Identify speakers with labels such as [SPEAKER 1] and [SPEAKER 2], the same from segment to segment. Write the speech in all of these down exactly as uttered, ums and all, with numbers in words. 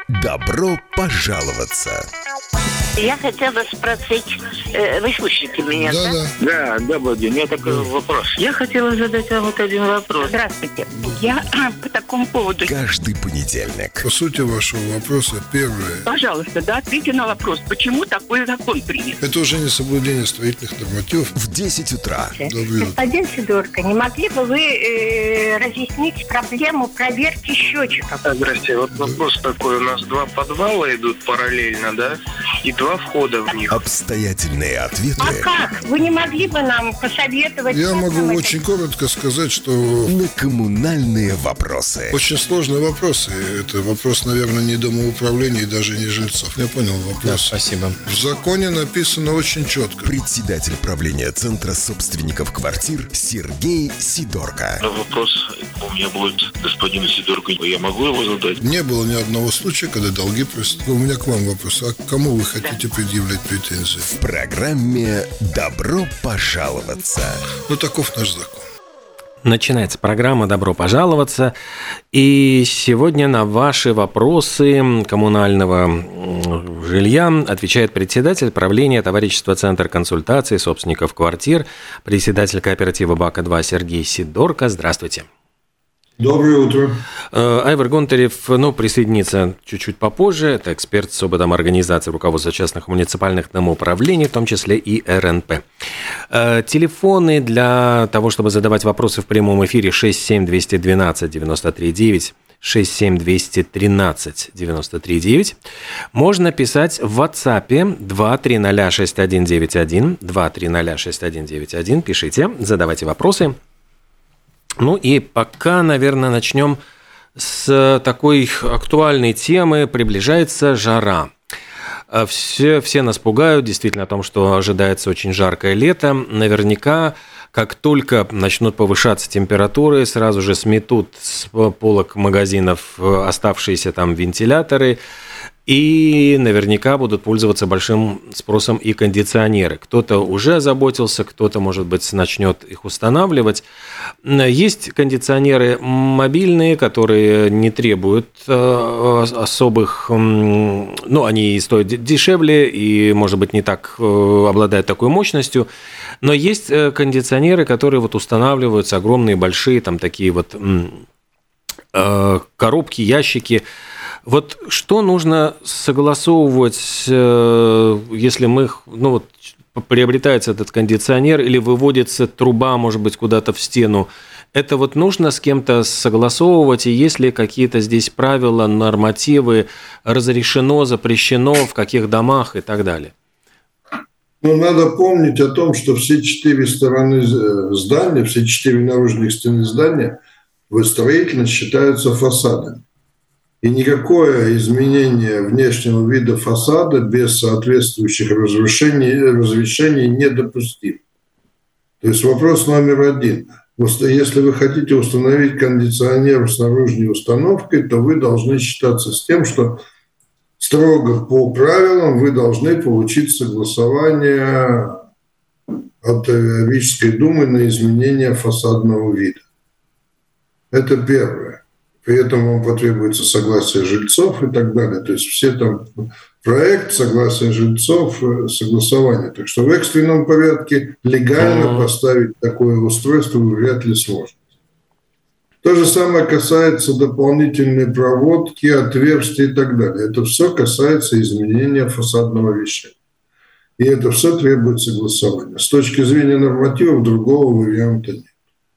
[SPEAKER 1] Добро пожаловаться!
[SPEAKER 2] Я хотела спросить, э, вы слышите меня, да?
[SPEAKER 3] Да,
[SPEAKER 4] Да, добрый день. У меня такой вопрос. Я хотела задать вам вот один вопрос.
[SPEAKER 2] Здравствуйте. Я по такому поводу...
[SPEAKER 1] Каждый понедельник.
[SPEAKER 3] По сути вашего вопроса, первое.
[SPEAKER 2] Пожалуйста, да, ответьте на вопрос, почему такой закон принят?
[SPEAKER 3] Это уже не соблюдение строительных нормативов.
[SPEAKER 1] В десять утра.
[SPEAKER 3] Добрый утро.
[SPEAKER 5] Господин Сидорко, не могли бы вы э, разъяснить проблему проверки счетчиков?
[SPEAKER 4] Здрасте. Вот вопрос такой. У нас два подвала идут параллельно, да? И два входа в них.
[SPEAKER 1] Обстоятельные ответы
[SPEAKER 5] А как? Вы не могли бы нам посоветовать?
[SPEAKER 3] Я
[SPEAKER 5] как
[SPEAKER 3] могу
[SPEAKER 5] нам это
[SPEAKER 3] очень коротко сказать, что
[SPEAKER 1] на коммунальные вопросы.
[SPEAKER 3] очень сложный вопрос. И это вопрос, наверное, не домоуправления и даже не жильцов. Я понял вопрос.
[SPEAKER 6] Да, спасибо.
[SPEAKER 3] В законе написано очень четко.
[SPEAKER 1] Председатель правления Центра собственников квартир Сергей Сидорко.
[SPEAKER 7] Вопрос у меня будет господину Сидорко. Я могу его задать?
[SPEAKER 3] Не было ни одного случая, когда долги просят. У меня к вам вопрос. А к кому вы хотите предъявлять претензии?
[SPEAKER 1] В программе «Добро пожаловаться».
[SPEAKER 3] Ну, таков наш закон.
[SPEAKER 6] Начинается программа «Добро пожаловаться». И сегодня на ваши вопросы коммунального жилья отвечает председатель правления товарищества «Центр консультаций собственников квартир», председатель кооператива «Бака-два» Сергей Сидорко. Здравствуйте.
[SPEAKER 3] Доброе утро.
[SPEAKER 6] Айвар Гонтарев, ну, присоединится чуть-чуть попозже. Это эксперт с опытом организации руководства частных муниципальных домоуправлений, в том числе и эр эн пэ. Телефоны для того, чтобы задавать вопросы в прямом эфире: шесть семь двести двенадцать девяносто три девять, шесть семь двести тринадцать девяносто три девять. Можно писать в WhatsApp два три ноль шесть один девять один, два три ноль шесть один девять один. Пишите, задавайте вопросы. Ну и пока, наверное, начнем с такой актуальной темы. Приближается жара. Все, все нас пугают действительно о том, что ожидается очень жаркое лето. Наверняка, как только начнут повышаться температуры, сразу же сметут с полок магазинов оставшиеся там вентиляторы. И наверняка будут пользоваться большим спросом и кондиционеры. Кто-то уже озаботился, кто-то, может быть, начнет их устанавливать. Есть кондиционеры мобильные, которые не требуют особых... Ну, они стоят дешевле и, может быть, не так обладают такой мощностью. Но есть кондиционеры, которые вот устанавливаются, огромные, большие, там такие вот коробки, ящики. Вот что нужно согласовывать, если мы, ну вот, приобретается этот кондиционер или выводится труба, может быть, куда-то в стену? Это вот нужно с кем-то согласовывать, и есть ли какие-то здесь правила, нормативы, разрешено, запрещено, в каких домах и так далее?
[SPEAKER 3] Ну, надо помнить о том, что все четыре стороны здания, все четыре наружных стены здания строительно считаются фасадами. И никакое изменение внешнего вида фасада без соответствующих разрешений, разрешений недопустимо. То есть вопрос номер один. Если вы хотите установить кондиционер с наружной установкой, то вы должны считаться с тем, что строго по правилам вы должны получить согласование от Рижской думы на изменение фасадного вида. Это первое. При этом вам потребуется согласие жильцов и так далее. То есть все там проект, согласие жильцов, согласование. Так что в экстренном порядке легально поставить такое устройство вряд ли сложно. То же самое касается дополнительной проводки, отверстий и так далее. Это все касается изменения фасадного вещания. И это все требует согласования. С точки зрения нормативов другого варианта нет.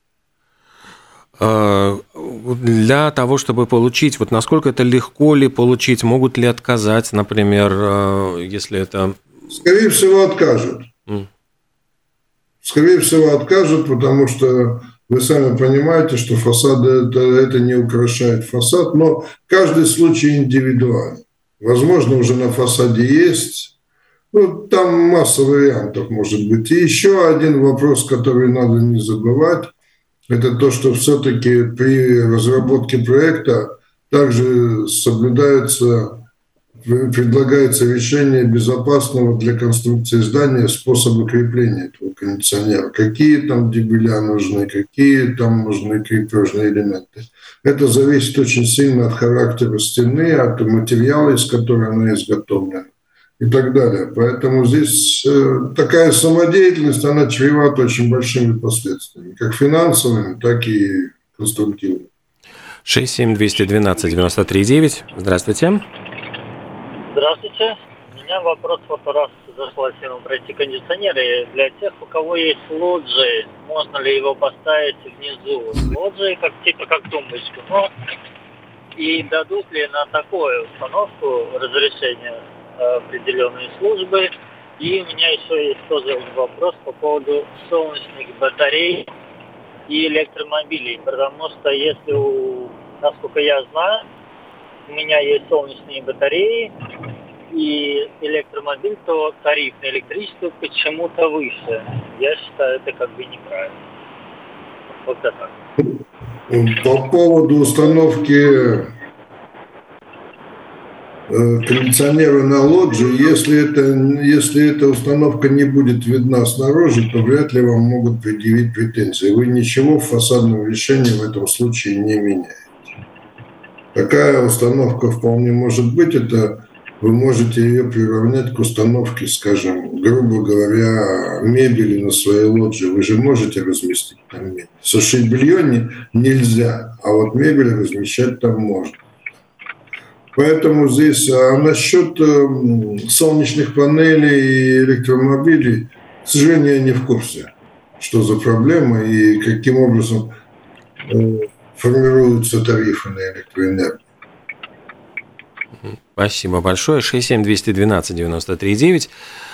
[SPEAKER 6] Для того, чтобы получить, вот насколько это легко ли получить, могут ли отказать, например, если это...
[SPEAKER 3] Скорее всего, откажут. Mm. Скорее всего, откажут, потому что вы сами понимаете, что фасады это, это не украшает фасад, но каждый случай индивидуален. Возможно, уже на фасаде есть, ну, там масса вариантов может быть. И еще один вопрос, который надо не забывать, это то, что все-таки при разработке проекта также соблюдаются предлагается решение безопасного для конструкции здания способа крепления этого кондиционера. Какие там дебеля нужны, какие там нужны крепежные элементы. Это зависит очень сильно от характера стены, от материала, из которого она изготовлена и так далее. Поэтому здесь такая самодеятельность, она чревата очень большими последствиями, как финансовыми, так и конструктивными.
[SPEAKER 6] шесть семь двести двенадцать девяносто три девять. Здравствуйте.
[SPEAKER 8] Здравствуйте. У меня вопрос, вот раз зашла тема про эти кондиционеры. Для тех, у кого есть лоджии, можно ли его поставить внизу? Лоджии, как, типа как тумбочку. Ну, и дадут ли на такую установку разрешение определенные службы? И у меня еще есть тоже вопрос по поводу солнечных батарей и электромобилей. Потому что если, у, насколько я знаю, у меня есть солнечные батареи и электромобиль, то тариф на электричество почему-то выше. Я считаю, это как бы неправильно. Вот это.
[SPEAKER 3] По поводу установки кондиционера на лоджию, если, это, если эта установка не будет видна снаружи, то вряд ли вам могут предъявить претензии. Вы ничего в фасадном решении в этом случае не меняете. Такая установка вполне может быть. Это вы можете ее приравнять к установке, скажем, грубо говоря, мебели на своей лоджии. Вы же можете разместить там мебель. Сушить белье не, нельзя, а вот мебель размещать там можно. Поэтому здесь а насчет э, солнечных панелей и электромобилей, к сожалению, я не в курсе, что за проблема и каким образом э, формируются тарифы на электроэнергию.
[SPEAKER 6] Спасибо большое. шесть семь двести двенадцать девяносто три девять.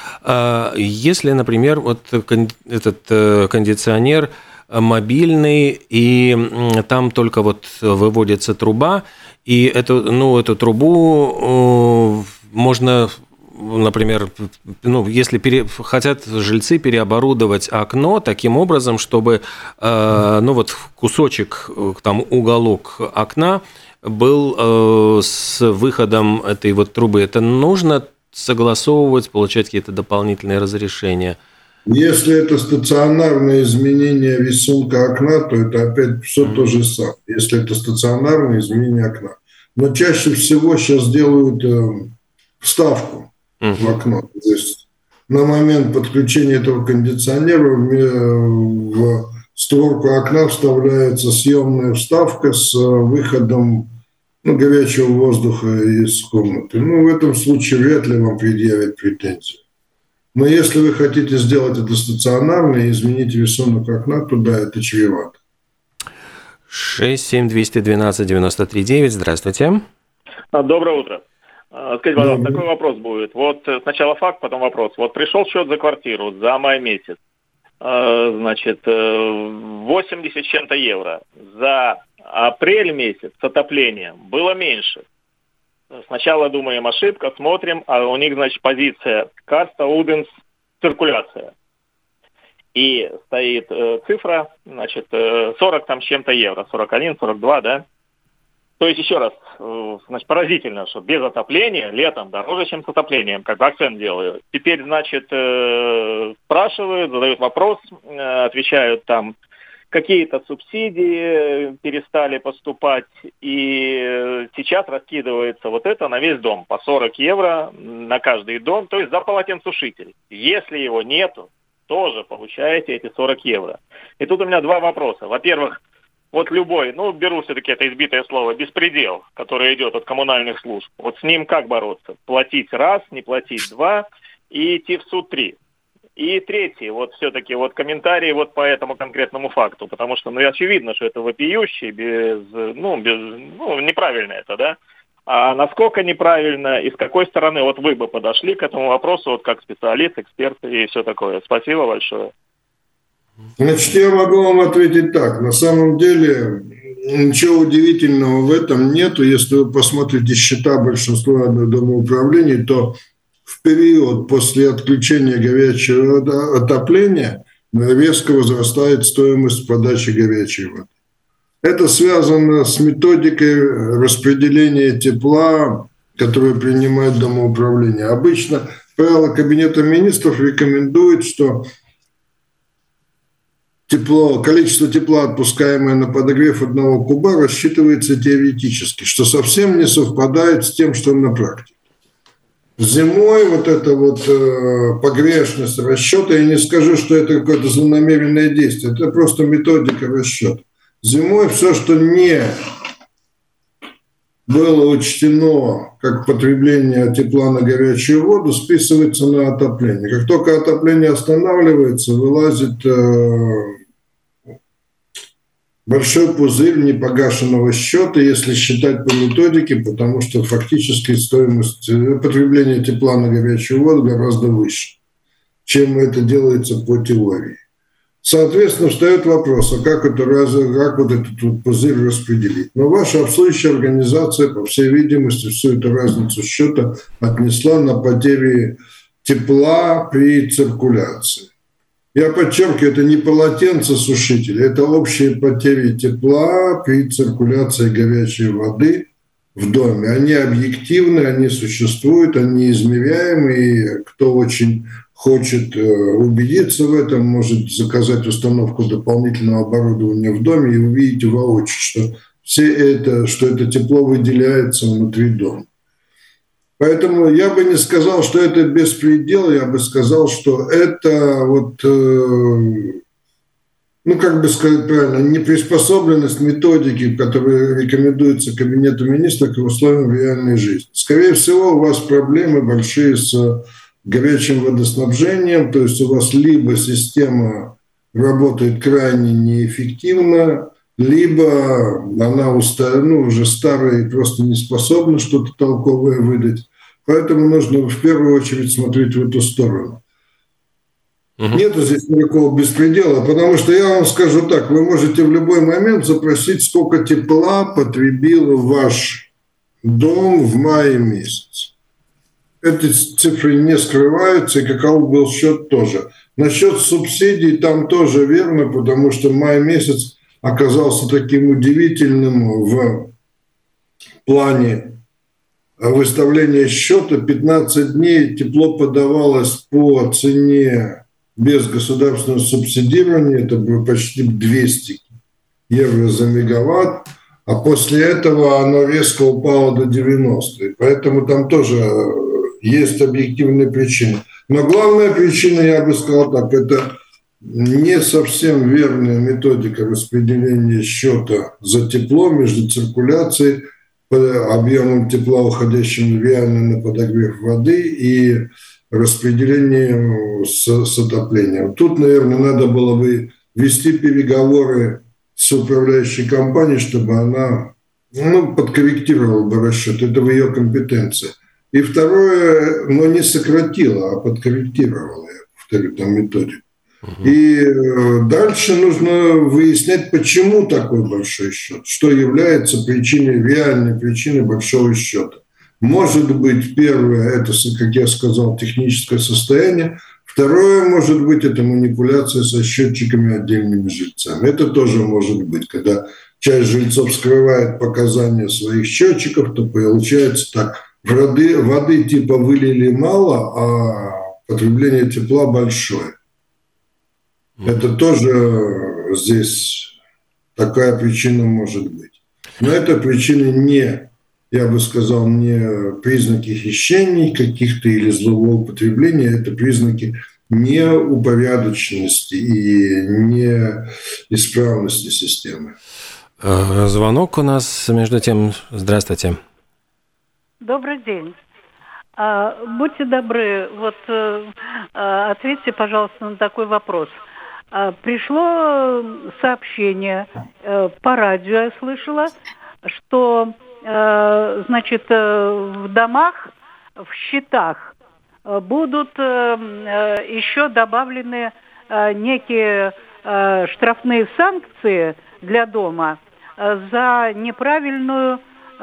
[SPEAKER 6] Если, например, вот этот кондиционер мобильный, и там только вот выводится труба, и эту, ну, эту трубу можно, например, ну, если пере, хотят жильцы переоборудовать окно таким образом, чтобы ну, вот кусочек, там уголок окна был э, с выходом этой вот трубы. Это нужно согласовывать, получать какие-то дополнительные разрешения?
[SPEAKER 3] Если это стационарное изменение рисунка окна, то это опять все mm-hmm. то же самое. Если это стационарное изменение окна. Но чаще всего сейчас делают э, вставку mm-hmm. в окно. То есть на момент подключения этого кондиционера в, в створку окна вставляется съемная вставка с выходом ну, горячего воздуха из комнаты. Ну, в этом случае вряд ли вам предъявят претензии. Но если вы хотите сделать это стационарно и изменить рисунок окна, то да, это чревато.
[SPEAKER 6] шесть семь двести двенадцать девяносто три девять. Здравствуйте.
[SPEAKER 9] Доброе утро. Скажите, пожалуйста, да. Такой вопрос будет. Вот сначала факт, потом вопрос. Вот пришел счет за квартиру за май месяц. Значит, восемьдесят с чем-то евро. За апрель месяц с отоплением было меньше. Сначала думаем, ошибка, смотрим, а у них, значит, позиция Карста, Уденс, циркуляция. И стоит э, цифра, значит, э, сорок там с чем-то евро, сорок один, сорок два, да? То есть, еще раз, э, значит, поразительно, что без отопления летом дороже, чем с отоплением, как бы акцент делаю. Теперь, значит, э, спрашивают, задают вопрос, э, отвечают там, какие-то субсидии перестали поступать, и сейчас раскидывается вот это на весь дом, по сорок евро на каждый дом, то есть за полотенцесушитель. Если его нету, тоже получаете эти сорок евро. И тут у меня два вопроса. Во-первых, вот любой, ну, беру все-таки это избитое слово, беспредел, который идет от коммунальных служб. Вот с ним как бороться? Платить раз, не платить два и идти в суд три. И третий, вот все-таки вот комментарий вот по этому конкретному факту, потому что, ну, очевидно, что это вопиющий, без, ну, без, ну, неправильно это, да? А насколько неправильно и с какой стороны вот вы бы подошли к этому вопросу, вот как специалист, эксперт и все такое? Спасибо большое.
[SPEAKER 3] Значит, я могу вам ответить так. На самом деле ничего удивительного в этом нету. Если вы посмотрите счета большинства домоуправлений, то в период после отключения горячего отопления резко возрастает стоимость подачи горячей воды. Это связано с методикой распределения тепла которые принимает домоуправление. Обычно правила Кабинета министров рекомендуют, что тепло, количество тепла, отпускаемое на подогрев одного куба, рассчитывается теоретически, что совсем не совпадает с тем, что на практике. Зимой вот эта вот э, погрешность расчета, я не скажу, что это какое-то злонамеренное действие, это просто методика расчета. Зимой все, что не было учтено как потребление тепла на горячую воду, списывается на отопление. Как только отопление останавливается, вылазит э, большой пузырь непогашенного счета, если считать по методике, потому что фактически стоимость потребления тепла на горячую воду гораздо выше, чем это делается по теории. Соответственно, встает вопрос, а как, это, как вот этот вот пузырь распределить? Но ваша обслуживающая организация, по всей видимости, всю эту разницу счета отнесла на потери тепла при циркуляции. Я подчеркиваю, это не полотенцесушители, это общие потери тепла при циркуляции горячей воды в доме. Они объективны, они существуют, они измеряемы, и кто очень хочет убедиться в этом, может заказать установку дополнительного оборудования в доме и увидеть воочию, что, все это, что это тепло выделяется внутри дома. Поэтому я бы не сказал, что это беспредел, я бы сказал, что это вот, ну как бы сказать правильно, неприспособленность методики, которая рекомендуется Кабинету министров к условиям реальной жизни. Скорее всего, у вас проблемы большие с горячим водоснабжением, то есть у вас либо система работает крайне неэффективно, либо она устар... ну, уже старая и просто не способна что-то толковое выдать. Поэтому нужно в первую очередь смотреть в эту сторону. Uh-huh. Нету здесь никакого беспредела, потому что я вам скажу так, вы можете в любой момент запросить, сколько тепла потребил ваш дом в мае месяце. Эти цифры не скрываются, и каков был счет тоже. Насчет субсидий там тоже верно, потому что май месяц оказался таким удивительным в плане выставления счета. пятнадцать дней тепло подавалось по цене без государственного субсидирования, это было почти двести евро за мегаватт, а после этого оно резко упало до девяноста. И поэтому там тоже есть объективные причины. Но главная причина, я бы сказал так, это не совсем верная методика распределения счета за тепло между циркуляцией, объемом тепла, уходящим реально на подогрев воды, и распределением с, с отоплением. Тут, наверное, надо было бы вести переговоры с управляющей компанией, чтобы она ну, подкорректировала бы расчет. Это в ее компетенции. И второе, но не сократила, а подкорректировала, я повторю, там методику. И дальше нужно выяснять, почему такой большой счет, что является причиной, реальной причиной большого счета. Может быть, первое, это, как я сказал, техническое состояние. Второе, может быть, это манипуляция со счетчиками отдельными жильцами. Это тоже может быть, когда часть жильцов скрывает показания своих счетчиков, то получается так, воды, воды типа вылили мало, а потребление тепла большое. Это тоже здесь такая причина может быть. Но это причины не, я бы сказал, не признаки хищений каких-то или злоупотребления, это признаки неупорядоченности и неисправности системы.
[SPEAKER 6] Звонок у нас, между тем. Здравствуйте.
[SPEAKER 10] Добрый день. Будьте добры, вот ответьте, пожалуйста, на такой вопрос. Пришло сообщение по радио, я слышала, что, значит, в домах, в счетах будут еще добавлены некие штрафные санкции для дома за неправильную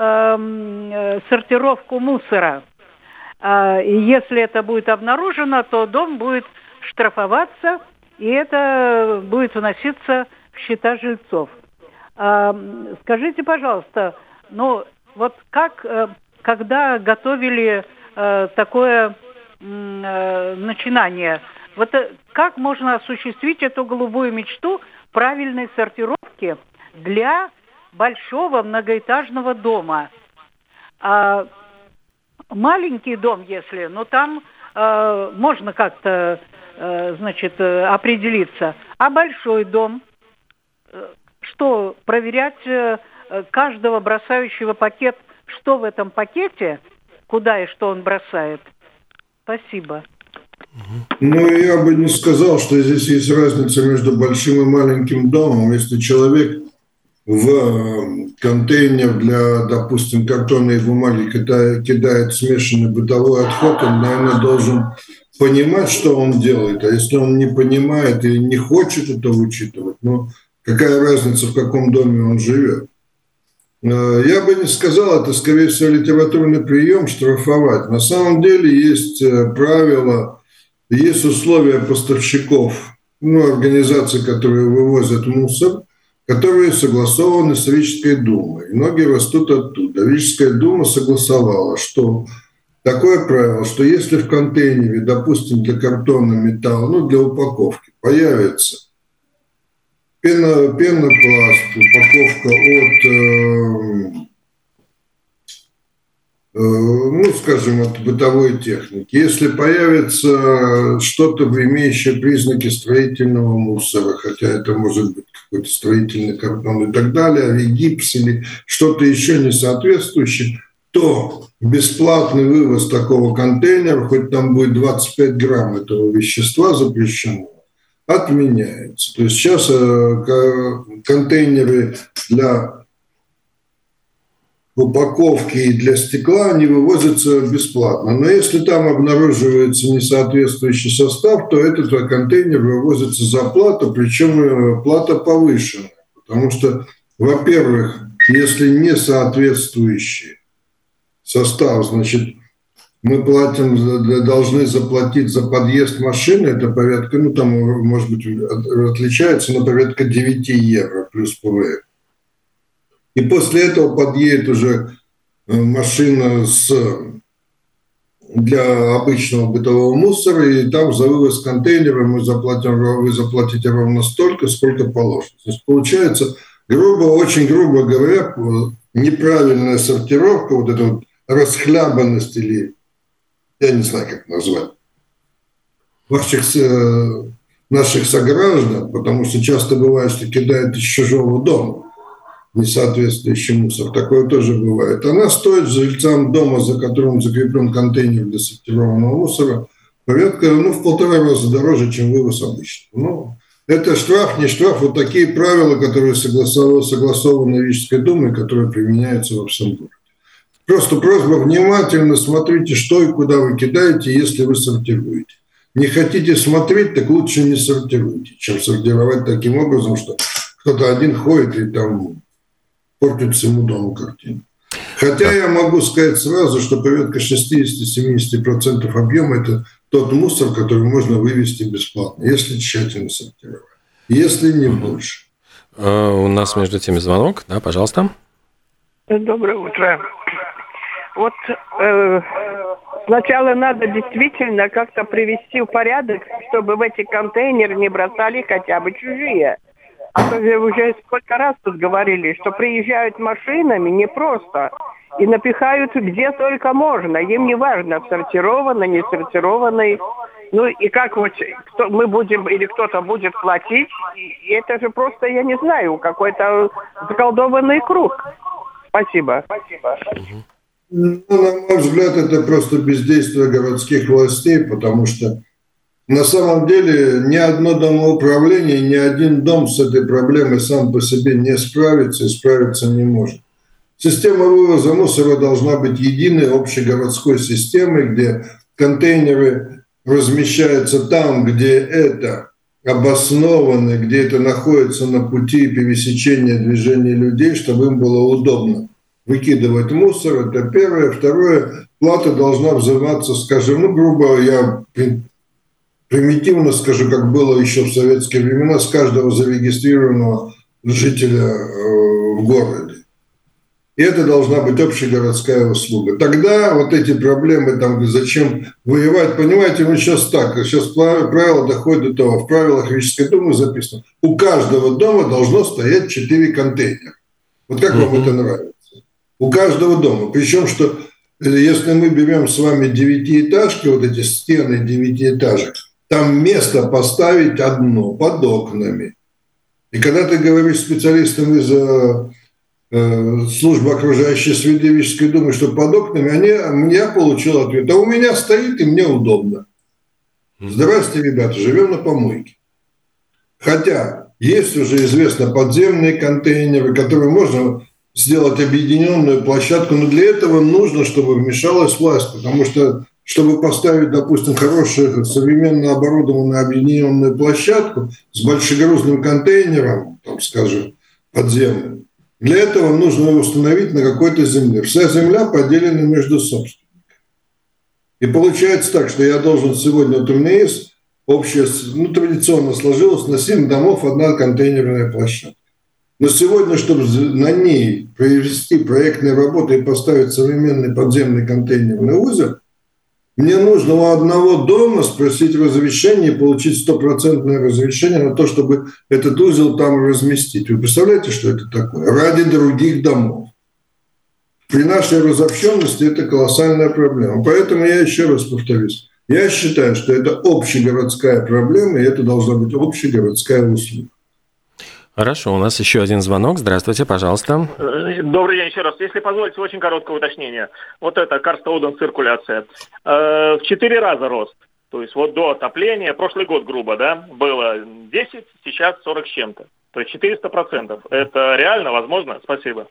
[SPEAKER 10] сортировку мусора. И если это будет обнаружено, то дом будет штрафоваться, и это будет вноситься в счета жильцов. Скажите, пожалуйста, ну вот как когда готовили э, такое э, начинание. Вот э, как можно осуществить эту голубую мечту правильной сортировки для большого многоэтажного дома? А маленький дом, если, но там э, можно как-то, э, значит, э, определиться. А большой дом, э, что проверять э, каждого бросающего пакет, что в этом пакете, куда и что он бросает? Спасибо.
[SPEAKER 3] Ну, я бы не сказал, что здесь есть разница между большим и маленьким домом. Если человек в контейнер для, допустим, картонной бумаги кидает, кидает смешанный бытовой отход, он, наверное, должен понимать, что он делает. А если он не понимает или не хочет это учитывать, ну, какая разница, в каком доме он живет? Я бы не сказал, это, скорее всего, литературный прием штрафовать. На самом деле есть правила, есть условия поставщиков, ну, организаций, которые вывозят мусор, которые согласованы с Рижской думой. И многие растут оттуда. Рижская дума согласовала, что такое правило, что если в контейнере, допустим, для картона, металла, ну, для упаковки, появится пено, пенопласт, упаковка от, э, э, ну, скажем, от бытовой техники, если появится что-то, имеющее признаки строительного мусора, хотя это может быть какой-то строительный картон и так далее, или гипс, или что-то еще не соответствующее, то бесплатный вывоз такого контейнера, хоть там будет двадцать пять грамм этого вещества запрещенного, отменяется. То есть сейчас контейнеры для упаковки и для стекла, они вывозятся бесплатно. Но если там обнаруживается несоответствующий состав, то этот контейнер вывозится за плату, причем плата повышенная. Потому что, во-первых, если несоответствующий состав, значит, мы платим, должны заплатить за подъезд машины, это порядка, ну там, может быть, отличается, но порядка девять евро плюс ПВР. И после этого подъедет уже машина с, для обычного бытового мусора, и там за вывоз контейнера мы заплатим, вы заплатите ровно столько, сколько положено. То есть получается, грубо, очень грубо говоря, неправильная сортировка, вот эта вот расхлябанность или, я не знаю, как назвать, ваших, наших сограждан, потому что часто бывает, что кидают из чужого дома несоответствующий мусор. Такое тоже бывает. Она стоит жильцам дома, за которым закреплен контейнер для сортированного мусора, порядка, ну, в полтора раза дороже, чем вывоз обычно. Ну, это штраф, не штраф, вот такие правила, которые согласованы, согласованы Рижской думой, которые применяются во всем городе. Просто просьба, внимательно смотрите, что и куда вы кидаете, если вы сортируете. Не хотите смотреть, так лучше не сортируйте, чем сортировать таким образом, что кто-то один ходит и там портит всему дому картину. Хотя я могу сказать сразу, что порядка шестьдесят-семьдесят процентов объема – это тот мусор, который можно вывести бесплатно, если тщательно сортировать. Если не больше.
[SPEAKER 6] У нас между теми звонок. Да, пожалуйста.
[SPEAKER 5] Доброе утро. Вот э, сначала надо действительно как-то привести в порядок, чтобы в эти контейнеры не бросали хотя бы чужие. А то же уже сколько раз тут говорили, что приезжают машинами не просто и напихают где только можно. Им не важно, сортированный, не сортированный. Ну и как вот кто, мы будем или кто-то будет платить, и это же просто, я не знаю, какой-то заколдованный круг. Спасибо. Спасибо.
[SPEAKER 3] Ну, на мой взгляд, это просто бездействие городских властей, потому что на самом деле ни одно домоуправление, ни один дом с этой проблемой сам по себе не справится и справиться не может. Система вывоза мусора должна быть единой общегородской системой, где контейнеры размещаются там, где это обосновано, где это находится на пути пересечения движения людей, чтобы им было удобно выкидывать мусор. Это первое. Второе, плата должна взиматься, скажем, ну, грубо я примитивно скажу, как было еще в советские времена, с каждого зарегистрированного жителя э, в городе. И это должна быть общегородская услуга. Тогда вот эти проблемы, там, зачем воевать, понимаете, мы сейчас так, сейчас правило доходит до того, в правилах Рижской думы записано, у каждого дома должно стоять четыре контейнера. Вот как вам это нравится? У каждого дома. Причем, что если мы берем с вами девятиэтажки, вот эти стены девятиэтажек, там место поставить одно, под окнами. И когда ты говоришь специалистам из службы окружающей среды Рижской думы, что под окнами, они, я получил ответ, а у меня стоит и мне удобно. Здравствуйте, ребята, живем на помойке. Хотя есть уже известно подземные контейнеры, которые можно сделать объединенную площадку, но для этого нужно, чтобы вмешалась власть, потому что, чтобы поставить, допустим, хорошую, современно оборудованную объединенную площадку с большегрузным контейнером, там, скажем, подземным, для этого нужно его установить на какой-то земле. Вся земля поделена между собственниками. И получается так, что я должен сегодня, вот у меня есть общая, ну, традиционно сложилось, на семь домов одна контейнерная площадка. Но сегодня, чтобы на ней провести проектные работы и поставить современный подземный контейнерный узел, мне нужно у одного дома спросить разрешение и получить стопроцентное разрешение на то, чтобы этот узел там разместить. Вы представляете, что это такое? Ради других домов. При нашей разобщенности это колоссальная проблема. Поэтому я еще раз повторюсь. Я считаю, что это общегородская проблема, и это должна быть общегородская услуга.
[SPEAKER 6] Хорошо, у нас еще один звонок. Здравствуйте, пожалуйста.
[SPEAKER 9] Добрый день еще раз. Если позволите, очень короткое уточнение. Вот это Карстауден циркуляция. В четыре раза рост. То есть вот до отопления, прошлый год, грубо, да, было десять, сейчас сорок с чем-то. То есть четыреста процентов. Это реально возможно? Спасибо.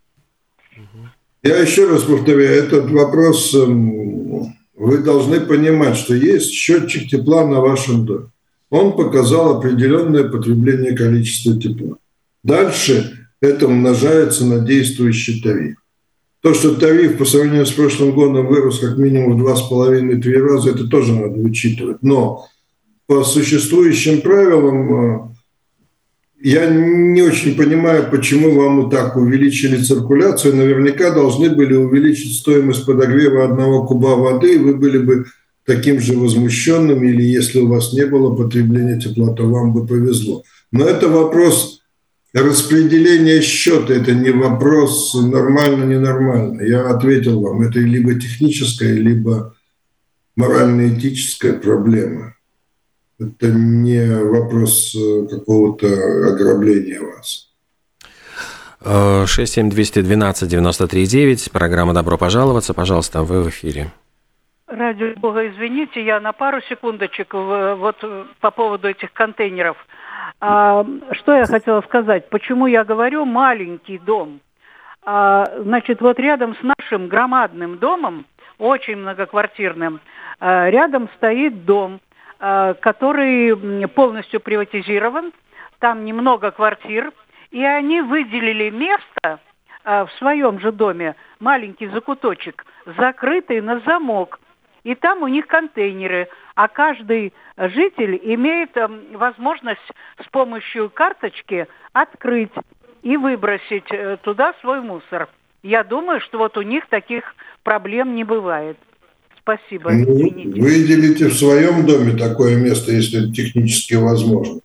[SPEAKER 3] Я еще раз повторяю, этот вопрос, вы должны понимать, что есть счетчик тепла на вашем доме. Он показал определенное потребление количества тепла. Дальше это умножается на действующий тариф. То, что тариф по сравнению с прошлым годом вырос как минимум в два с половиной - три раза, это тоже надо учитывать. Но по существующим правилам я не очень понимаю, почему вам и так увеличили циркуляцию. Наверняка должны были увеличить стоимость подогрева одного куба воды, и вы были бы таким же возмущенным, или если у вас не было потребления тепла, то вам бы повезло. Но это вопрос распределения счета, это не вопрос нормально-ненормально. Я ответил вам, это либо техническая, либо морально-этическая проблема. Это не вопрос какого-то ограбления вас.
[SPEAKER 6] шесть семь двести двенадцать девяносто три девять, программа «Добро пожаловаться». Пожалуйста, вы в эфире.
[SPEAKER 10] Ради бога, извините, я на пару секундочек вот по поводу этих контейнеров. А, что я хотела сказать? Почему я говорю маленький дом? А, значит, вот рядом с нашим громадным домом, очень многоквартирным, а, рядом стоит дом, а, который полностью приватизирован. Там немного квартир, и они выделили место а, в своем же доме, маленький закуточек, закрытый на замок. И там у них контейнеры, а каждый житель имеет э, возможность с помощью карточки открыть и выбросить э, туда свой мусор. Я думаю, что вот у них таких проблем не бывает. Спасибо.
[SPEAKER 3] Ну, выделите в своем доме такое место, если это технически возможно.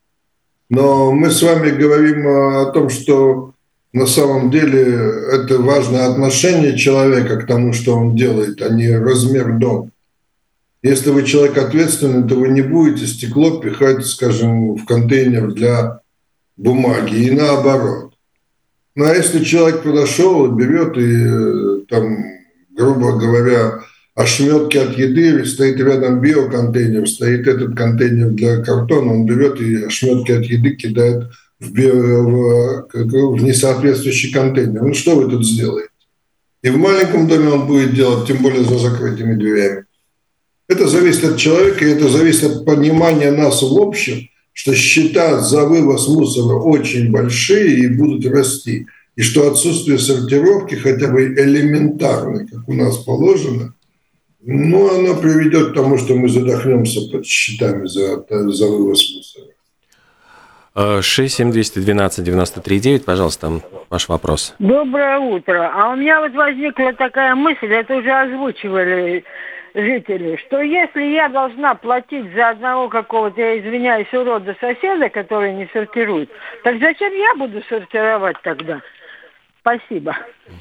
[SPEAKER 3] Но мы с вами говорим о том, что на самом деле это важное отношение человека к тому, что он делает, а не размер дома. Если вы человек ответственный, то вы не будете стекло пихать, скажем, в контейнер для бумаги и наоборот. Ну а если человек подошел, берет и, там, грубо говоря, ошметки от еды, стоит рядом биоконтейнер, стоит этот контейнер для картона, он берет и ошметки от еды кидает в, в, в несоответствующий контейнер. Ну что вы тут сделаете? И в маленьком доме он будет делать, тем более за закрытыми дверями. Это зависит от человека, и это зависит от понимания нас в общем, что счета за вывоз мусора очень большие и будут расти. И что отсутствие сортировки, хотя бы элементарной, как у нас положено, ну, оно приведет к тому, что мы задохнемся под счетами за, за вывоз мусора.
[SPEAKER 6] шесть семь двести двенадцать девяносто три девять, пожалуйста, ваш вопрос.
[SPEAKER 11] Доброе утро. А у меня вот возникла такая мысль, это уже озвучивали жители, что если я должна платить за одного какого-то, я извиняюсь, урода соседа, который не сортирует, так зачем я буду сортировать тогда? Спасибо.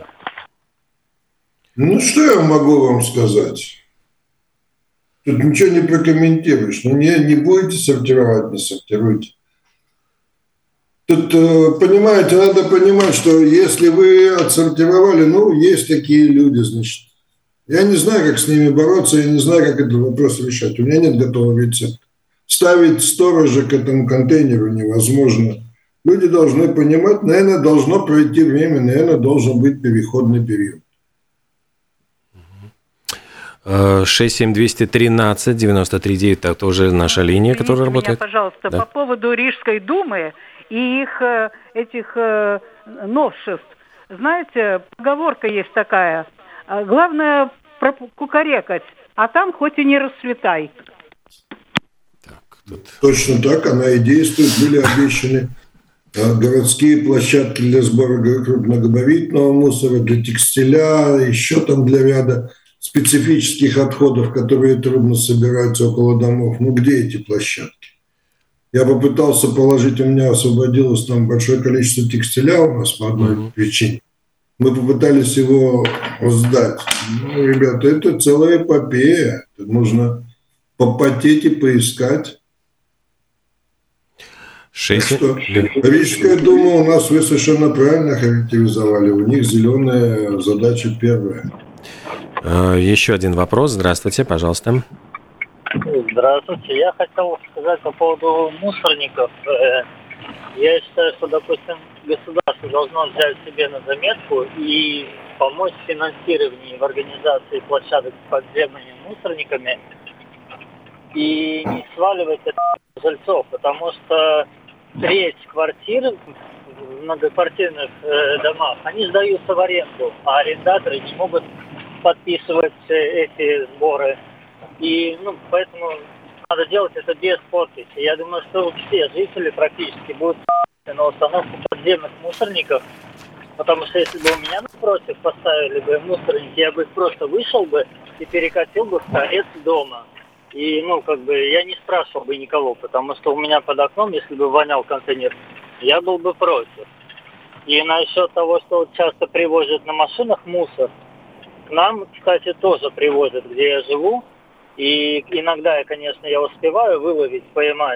[SPEAKER 3] Ну, что я могу вам сказать? Тут ничего не прокомментируешь. Ну, не, не будете сортировать, не сортируйте. Тут, понимаете, надо понимать, что если вы отсортировали, ну, есть такие люди, значит. Я не знаю, как с ними бороться, я не знаю, как этот вопрос решать. У меня нет готового рецепта. Ставить сторожа к этому контейнеру невозможно. Люди должны понимать, наверное, должно пройти время, наверное, должен быть переходный период.
[SPEAKER 6] шесть семь двести тринадцать девяносто три девять, это тоже наша линия,
[SPEAKER 10] Извините
[SPEAKER 6] которая работает.
[SPEAKER 10] Меня, пожалуйста,
[SPEAKER 6] да.
[SPEAKER 10] По поводу Рижской думы и их этих новшеств. Знаете, поговорка есть такая: главное прокукарекать, а там хоть и не расцветай.
[SPEAKER 6] Так, тут...
[SPEAKER 3] Точно так, она и действует. Были обещаны городские площадки для сбора крупногабаритного мусора, для текстиля, еще там для ряда специфических отходов, которые трудно собираются около домов. Ну, где эти площадки? Я попытался положить, у меня освободилось там большое количество текстиля у нас по одной mm-hmm. причине. Мы попытались его сдать. Ну, ребята, это целая эпопея. Это нужно попотеть и поискать.
[SPEAKER 6] Шесть...
[SPEAKER 3] Что? Рижская дума у нас, вы совершенно правильно характеризовали. У них зеленая задача первая.
[SPEAKER 6] Еще один вопрос. Здравствуйте, пожалуйста.
[SPEAKER 8] Здравствуйте. Я хотел сказать по поводу мусорников. Я считаю, что, допустим, государство должно взять себе на заметку и помочь в финансировании в организации площадок с подземными мусорниками и не сваливать это на жильцов, потому что треть квартир в многоквартирных э, домах, они сдаются в аренду, а арендаторы не могут подписывать эти сборы. И ну, поэтому надо делать это без подписи. Я думаю, что все жители практически будут на установку подземных мусорников, потому что если бы у меня напротив поставили бы мусорники, я бы просто вышел бы и перекатил бы в торец дома. И, ну, как бы, я не спрашивал бы никого, потому что у меня под окном, если бы вонял контейнер, я был бы против. И насчет того, что вот часто привозят на машинах мусор, к нам, кстати, тоже привозят, где я живу. И иногда, я, конечно, я успеваю выловить, поймать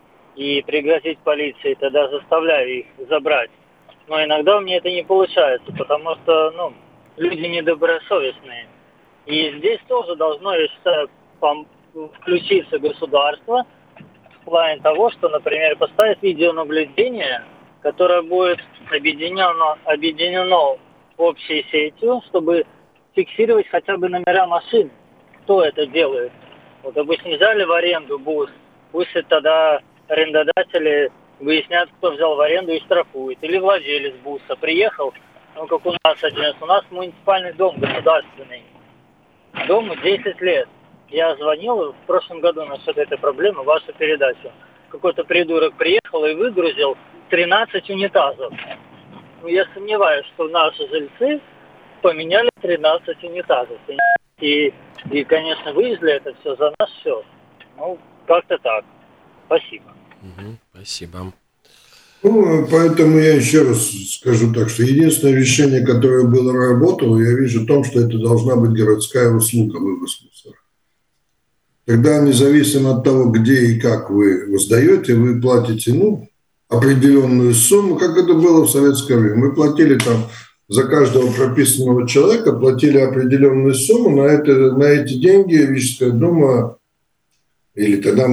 [SPEAKER 8] и пригрозить полиции, тогда заставляю их забрать. Но иногда у меня это не получается, потому что, ну, люди недобросовестные. И здесь тоже должно, я считаю, включиться государство в плане того, что, например, поставить видеонаблюдение, которое будет объединено, объединено общей сетью, чтобы фиксировать хотя бы номера машин. Кто это делает? Вот, допустим, взяли в аренду бус, пусть тогда арендодатели выяснят, кто взял в аренду и штрафует. Или владелец буса приехал, ну, как у нас один, у нас муниципальный дом государственный. Дому десять лет. Я звонил в прошлом году насчет этой проблемы, вашу передачу. Какой-то придурок приехал и выгрузил тринадцать унитазов. Ну, я сомневаюсь, что наши жильцы поменяли тринадцать унитазов. И, и, конечно, вывезли это все за наш счет. Ну, как-то так. Спасибо.
[SPEAKER 6] Угу, спасибо.
[SPEAKER 3] Ну, поэтому я еще раз скажу так, что единственное решение, которое было работало, я вижу в том, что это должна быть городская услуга вывоз мусора. Тогда, независимо от того, где и как вы сдаете, вы платите, ну, определенную сумму, как это было в советское время. Мы платили там за каждого прописанного человека, платили определенную сумму, на, это, на эти деньги Рижская дума, или тогда,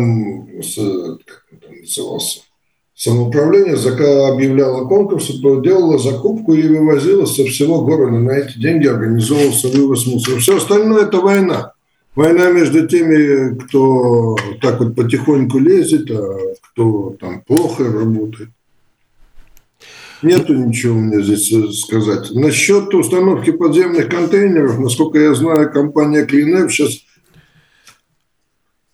[SPEAKER 3] как он там назывался, самоуправление, объявляло конкурсы, делало закупку и вывозило со всего города. На эти деньги организовывался вывоз мусора. Все остальное – это война. Война между теми, кто так вот потихоньку лезет, а кто там плохо работает. Нету ничего мне здесь сказать. Насчет установки подземных контейнеров, насколько я знаю, компания Клинэп сейчас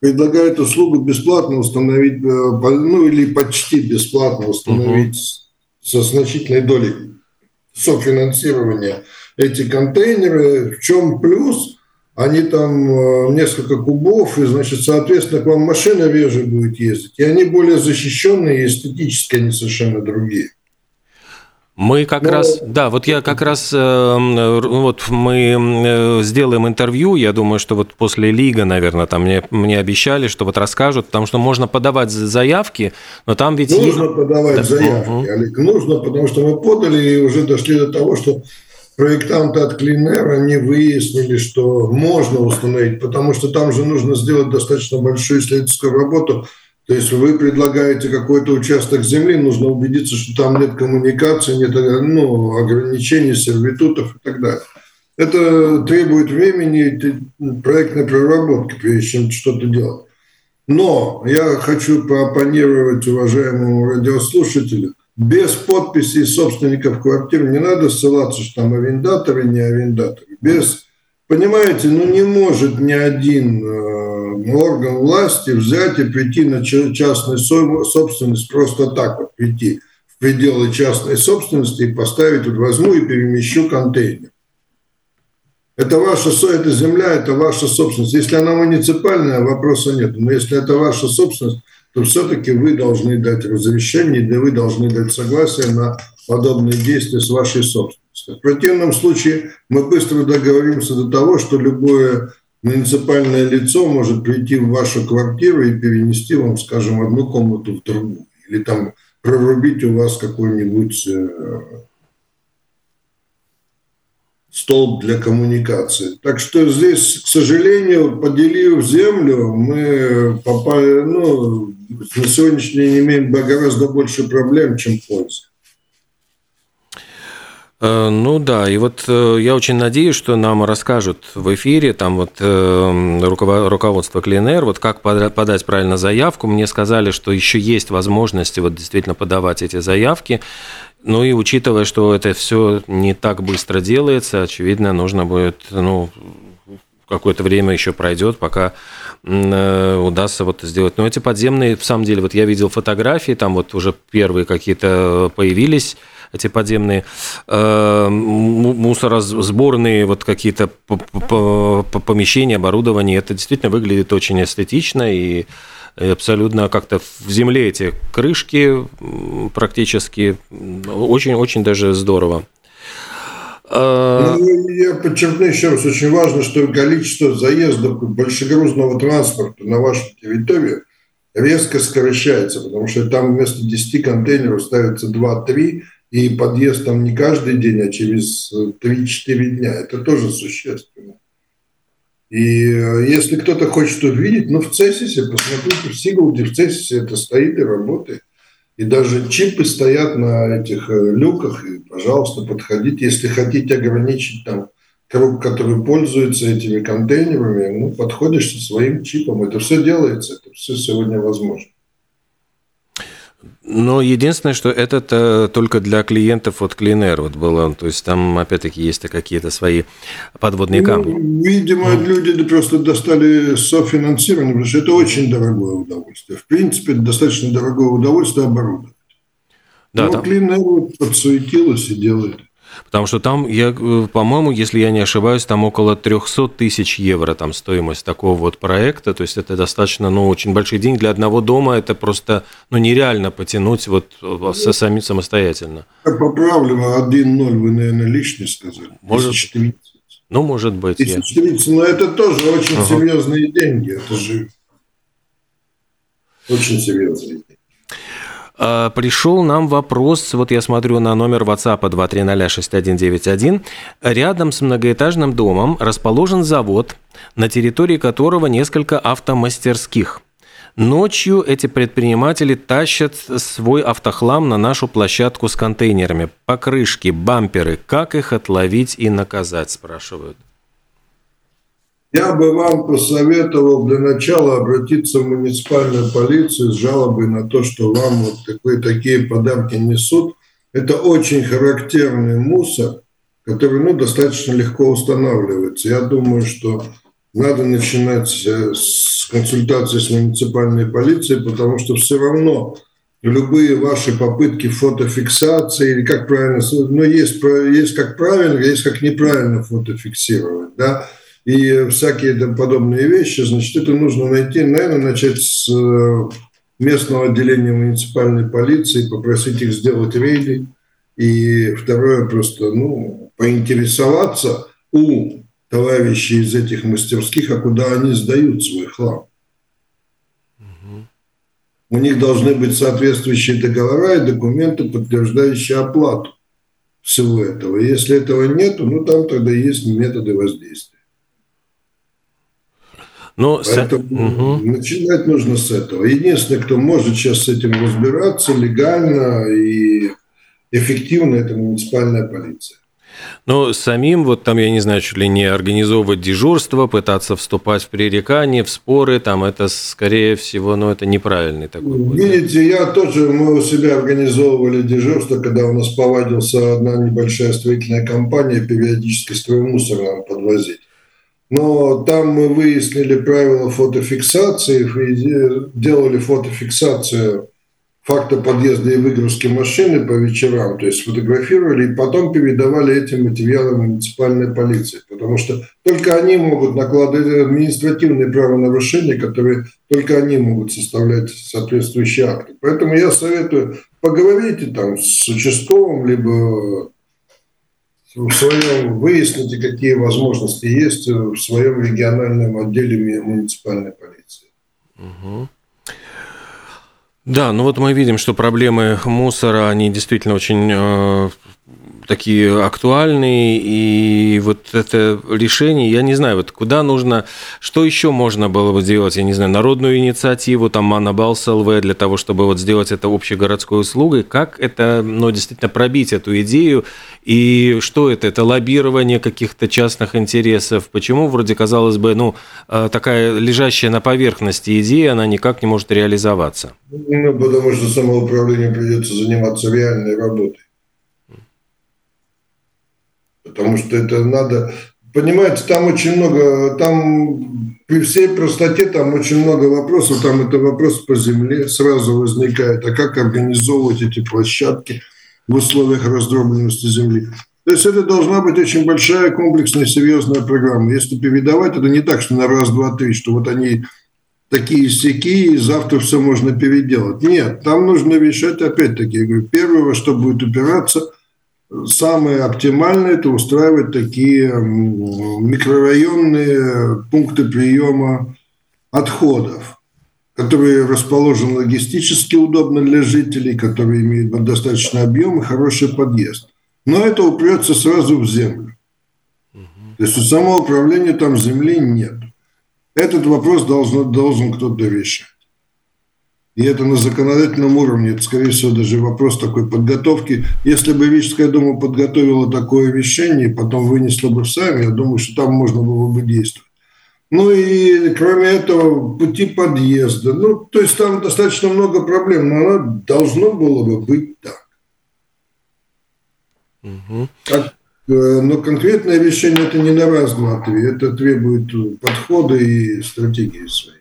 [SPEAKER 3] предлагает услугу бесплатно установить, ну или почти бесплатно установить uh-huh. со значительной долей софинансирования эти контейнеры. В чем плюс? Они там несколько кубов, и, значит, соответственно, к вам машина реже будет ездить, и они более защищенные, и эстетически они совершенно другие.
[SPEAKER 6] Мы как Но... раз, да, вот я как раз, э, вот мы сделаем интервью, я думаю, что вот после Лига, наверное, там мне, мне обещали, что вот расскажут, потому что можно подавать заявки, но там ведь...
[SPEAKER 3] Нужно подавать да. заявки, угу. Олег, нужно, потому что мы подали и уже дошли до того, что проектанты от Clean Air, они выяснили, что можно установить, потому что там же нужно сделать достаточно большую исследовательскую работу. То есть вы предлагаете какой-то участок земли, нужно убедиться, что там нет коммуникации, нет ну, ограничений, сервитутов и так далее. Это требует времени и проектной проработки, прежде чем что-то делать. Но я хочу пооппонировать уважаемому радиослушателю. Без подписей собственников квартир не надо ссылаться, что там арендаторы, не арендаторы. Без, понимаете, ну не может ни один э, орган власти взять и прийти на частную собственность просто так вот прийти в пределы частной собственности и поставить, вот возьму и перемещу контейнер. Это ваша это земля, это ваша собственность. Если она муниципальная, вопроса нет. Но если это ваша собственность, то все-таки вы должны дать разрешение, да вы должны дать согласие на подобные действия с вашей собственностью. В противном случае мы быстро договоримся до того, что любое муниципальное лицо может прийти в вашу квартиру и перенести вам, скажем, одну комнату в другую. Или там прорубить у вас какой-нибудь столб для коммуникации. Так что здесь, к сожалению, поделив землю, мы попали, ну, на сегодняшний день имеем гораздо больше проблем, чем пользы.
[SPEAKER 6] Ну да, и вот я очень надеюсь, что нам расскажут в эфире, там вот руководство Clean Air, вот как подать правильно заявку. Мне сказали, что еще есть возможности вот действительно подавать эти заявки. Ну и учитывая, что это все не так быстро делается, очевидно, нужно будет, ну, какое-то время еще пройдет, пока удастся вот сделать. Но эти подземные, в самом деле, вот я видел фотографии, там вот уже первые какие-то появились, эти подземные э, мусоросборные вот какие-то помещения, оборудование. Это действительно выглядит очень эстетично и абсолютно как-то в земле эти крышки практически очень-очень даже здорово.
[SPEAKER 3] Ну, я подчеркну еще раз, очень важно, что количество заездов большегрузного транспорта на вашу территорию резко сокращается, потому что там вместо десяти контейнеров ставится два-три, и подъезд там не каждый день, а через три-четыре дня. Это тоже существенно. И если кто-то хочет увидеть, ну в Цесисе, посмотрите, в Сигулде, в Цесисе это стоит и работает. И даже чипы стоят на этих люках, и, пожалуйста, подходите. Если хотите ограничить там круг, который пользуется этими контейнерами, ну, подходишь со своим чипом. Это все делается, это все сегодня возможно.
[SPEAKER 6] Но единственное, что это только для клиентов от Clean Air вот было, то есть там опять-таки есть какие-то свои подводные камни.
[SPEAKER 3] Ну, видимо, mm. люди просто достали софинансирование, потому что это очень дорогое удовольствие. В принципе, это достаточно дорогое удовольствие оборудовать. Да, но там... Clean Air вот подсуетилась и делает.
[SPEAKER 6] Потому что там, я, по-моему, если я не ошибаюсь, там около триста тысяч евро там стоимость такого вот проекта. То есть это достаточно, ну, очень большие деньги для одного дома. Это просто, ну, нереально потянуть вот со самим самостоятельно.
[SPEAKER 3] Я поправлю, один ноль вы, наверное, лишний сказали.
[SPEAKER 6] Может, ну, может быть.
[SPEAKER 3] тысяча тридцать, но это тоже очень ага. серьезные деньги. Это же очень серьезные деньги.
[SPEAKER 6] Пришел нам вопрос, вот я смотрю на номер WhatsApp два три ноль шесть один девять один. Рядом с многоэтажным домом расположен завод, на территории которого несколько автомастерских. Ночью эти предприниматели тащат свой автохлам на нашу площадку с контейнерами. Покрышки, бамперы. Как их отловить и наказать, спрашивают.
[SPEAKER 3] Я бы вам посоветовал для начала обратиться в муниципальную полицию с жалобой на то, что вам вот такие, такие подарки несут. Это очень характерный мусор, который, ну, достаточно легко устанавливается. Я думаю, что надо начинать с консультации с муниципальной полицией, потому что все равно любые ваши попытки фотофиксации, или как правильно, ну, есть, есть как правильно, есть как неправильно фотофиксировать, да, и всякие подобные вещи, значит, это нужно найти, наверное, начать с местного отделения муниципальной полиции, попросить их сделать рейды, и второе, просто, ну, поинтересоваться у товарищей из этих мастерских, а куда они сдают свой хлам. У них должны быть соответствующие договора и документы, подтверждающие оплату всего этого. И если этого нет, ну там тогда есть методы воздействия. Но Поэтому с... угу. начинать нужно с этого. Единственное, кто может сейчас с этим разбираться легально и эффективно, это муниципальная полиция.
[SPEAKER 6] Но самим, вот там, я не знаю, чуть ли не организовывать дежурство, пытаться вступать в пререкания, в споры, там это, скорее всего, ну, это неправильный такой путь.
[SPEAKER 3] Видите, я тоже, мы у себя организовывали дежурство, когда у нас повадился одна небольшая строительная компания периодически строймусор нам подвозить. Но там мы выяснили правила фотофиксации, делали фотофиксацию факта подъезда и выгрузки машины по вечерам, то есть фотографировали и потом передавали эти материалы муниципальной полиции, потому что только они могут накладывать административные правонарушения, которые только они могут составлять соответствующие акты. Поэтому я советую, поговорите там с участковым, либо в своем, выясните, какие возможности есть в своем региональном отделе муниципальной полиции.
[SPEAKER 6] Угу. Да, ну вот мы видим, что проблемы мусора, они действительно очень э, такие актуальные, и вот это решение, я не знаю, вот куда нужно, что еще можно было бы сделать, я не знаю, народную инициативу, там, Манабалс ЛВ, для того, чтобы вот сделать это общегородской услугой, как это, ну, действительно пробить эту идею, и что это, это лоббирование каких-то частных интересов, почему, вроде, казалось бы, ну, такая лежащая на поверхности идея, она никак не может реализоваться?
[SPEAKER 3] Ну, потому что самоуправлению придется заниматься реальной работой. Потому что это надо... Понимаете, там очень много... Там при всей простоте там очень много вопросов. Там это вопрос по земле сразу возникает. А как организовывать эти площадки в условиях раздробленности земли? То есть это должна быть очень большая, комплексная, серьезная программа. Если передавать, это не так, что на раз, два, три, что вот они такие-сякие, и завтра все можно переделать. Нет, там нужно решать, опять-таки, я говорю, первое, во что будет упираться, самое оптимальное – это устраивать такие микрорайонные пункты приема отходов, которые расположены логистически удобно для жителей, которые имеют достаточно объем и хороший подъезд. Но это упрется сразу в землю. То есть у самоуправления там земли нет. Этот вопрос должен, должен кто-то решать. И это на законодательном уровне, это, скорее всего, даже вопрос такой подготовки. Если бы Рижская дума подготовила такое решение, потом вынесла бы в сами, я думаю, что там можно было бы действовать. Ну и кроме этого, пути подъезда. Ну, то есть там достаточно много проблем, но оно должно было бы быть так.
[SPEAKER 6] Угу.
[SPEAKER 3] Как, но конкретное решение это не на раз, два, три. Это требует подхода и стратегии своей.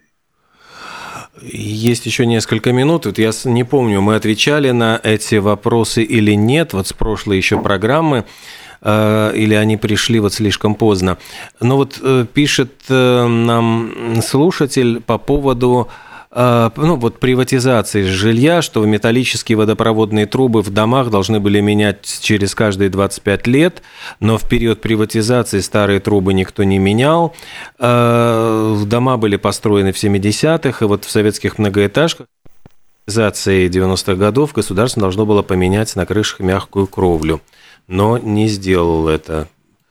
[SPEAKER 6] Есть еще несколько минут. Вот я не помню, мы отвечали на эти вопросы или нет, вот с прошлой еще программы, или они пришли вот слишком поздно. Но вот пишет нам слушатель по поводу ну, вот приватизации жилья, что металлические водопроводные трубы в домах должны были менять через каждые двадцать пять лет, но в период приватизации старые трубы никто не менял. Дома были построены в семидесятых, и вот в советских многоэтажках в приватизации девяностых годов государство должно было поменять на крышах мягкую кровлю, но не сделал это.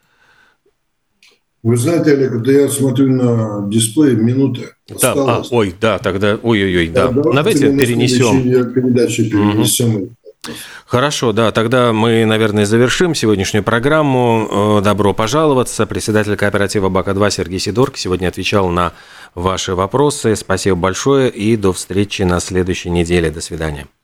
[SPEAKER 3] Вы знаете, Олег, когда я смотрю на дисплей, минуты
[SPEAKER 6] да, а, ой, да, тогда, ой-ой-ой, да. да. Давайте перенесем.
[SPEAKER 3] Передачи перенесем. Угу.
[SPEAKER 6] Хорошо, да, тогда мы, наверное, завершим сегодняшнюю программу. Добро пожаловаться. Председатель кооператива БАКа-два Сергей Сидорко сегодня отвечал на ваши вопросы. Спасибо большое и до встречи на следующей неделе. До свидания.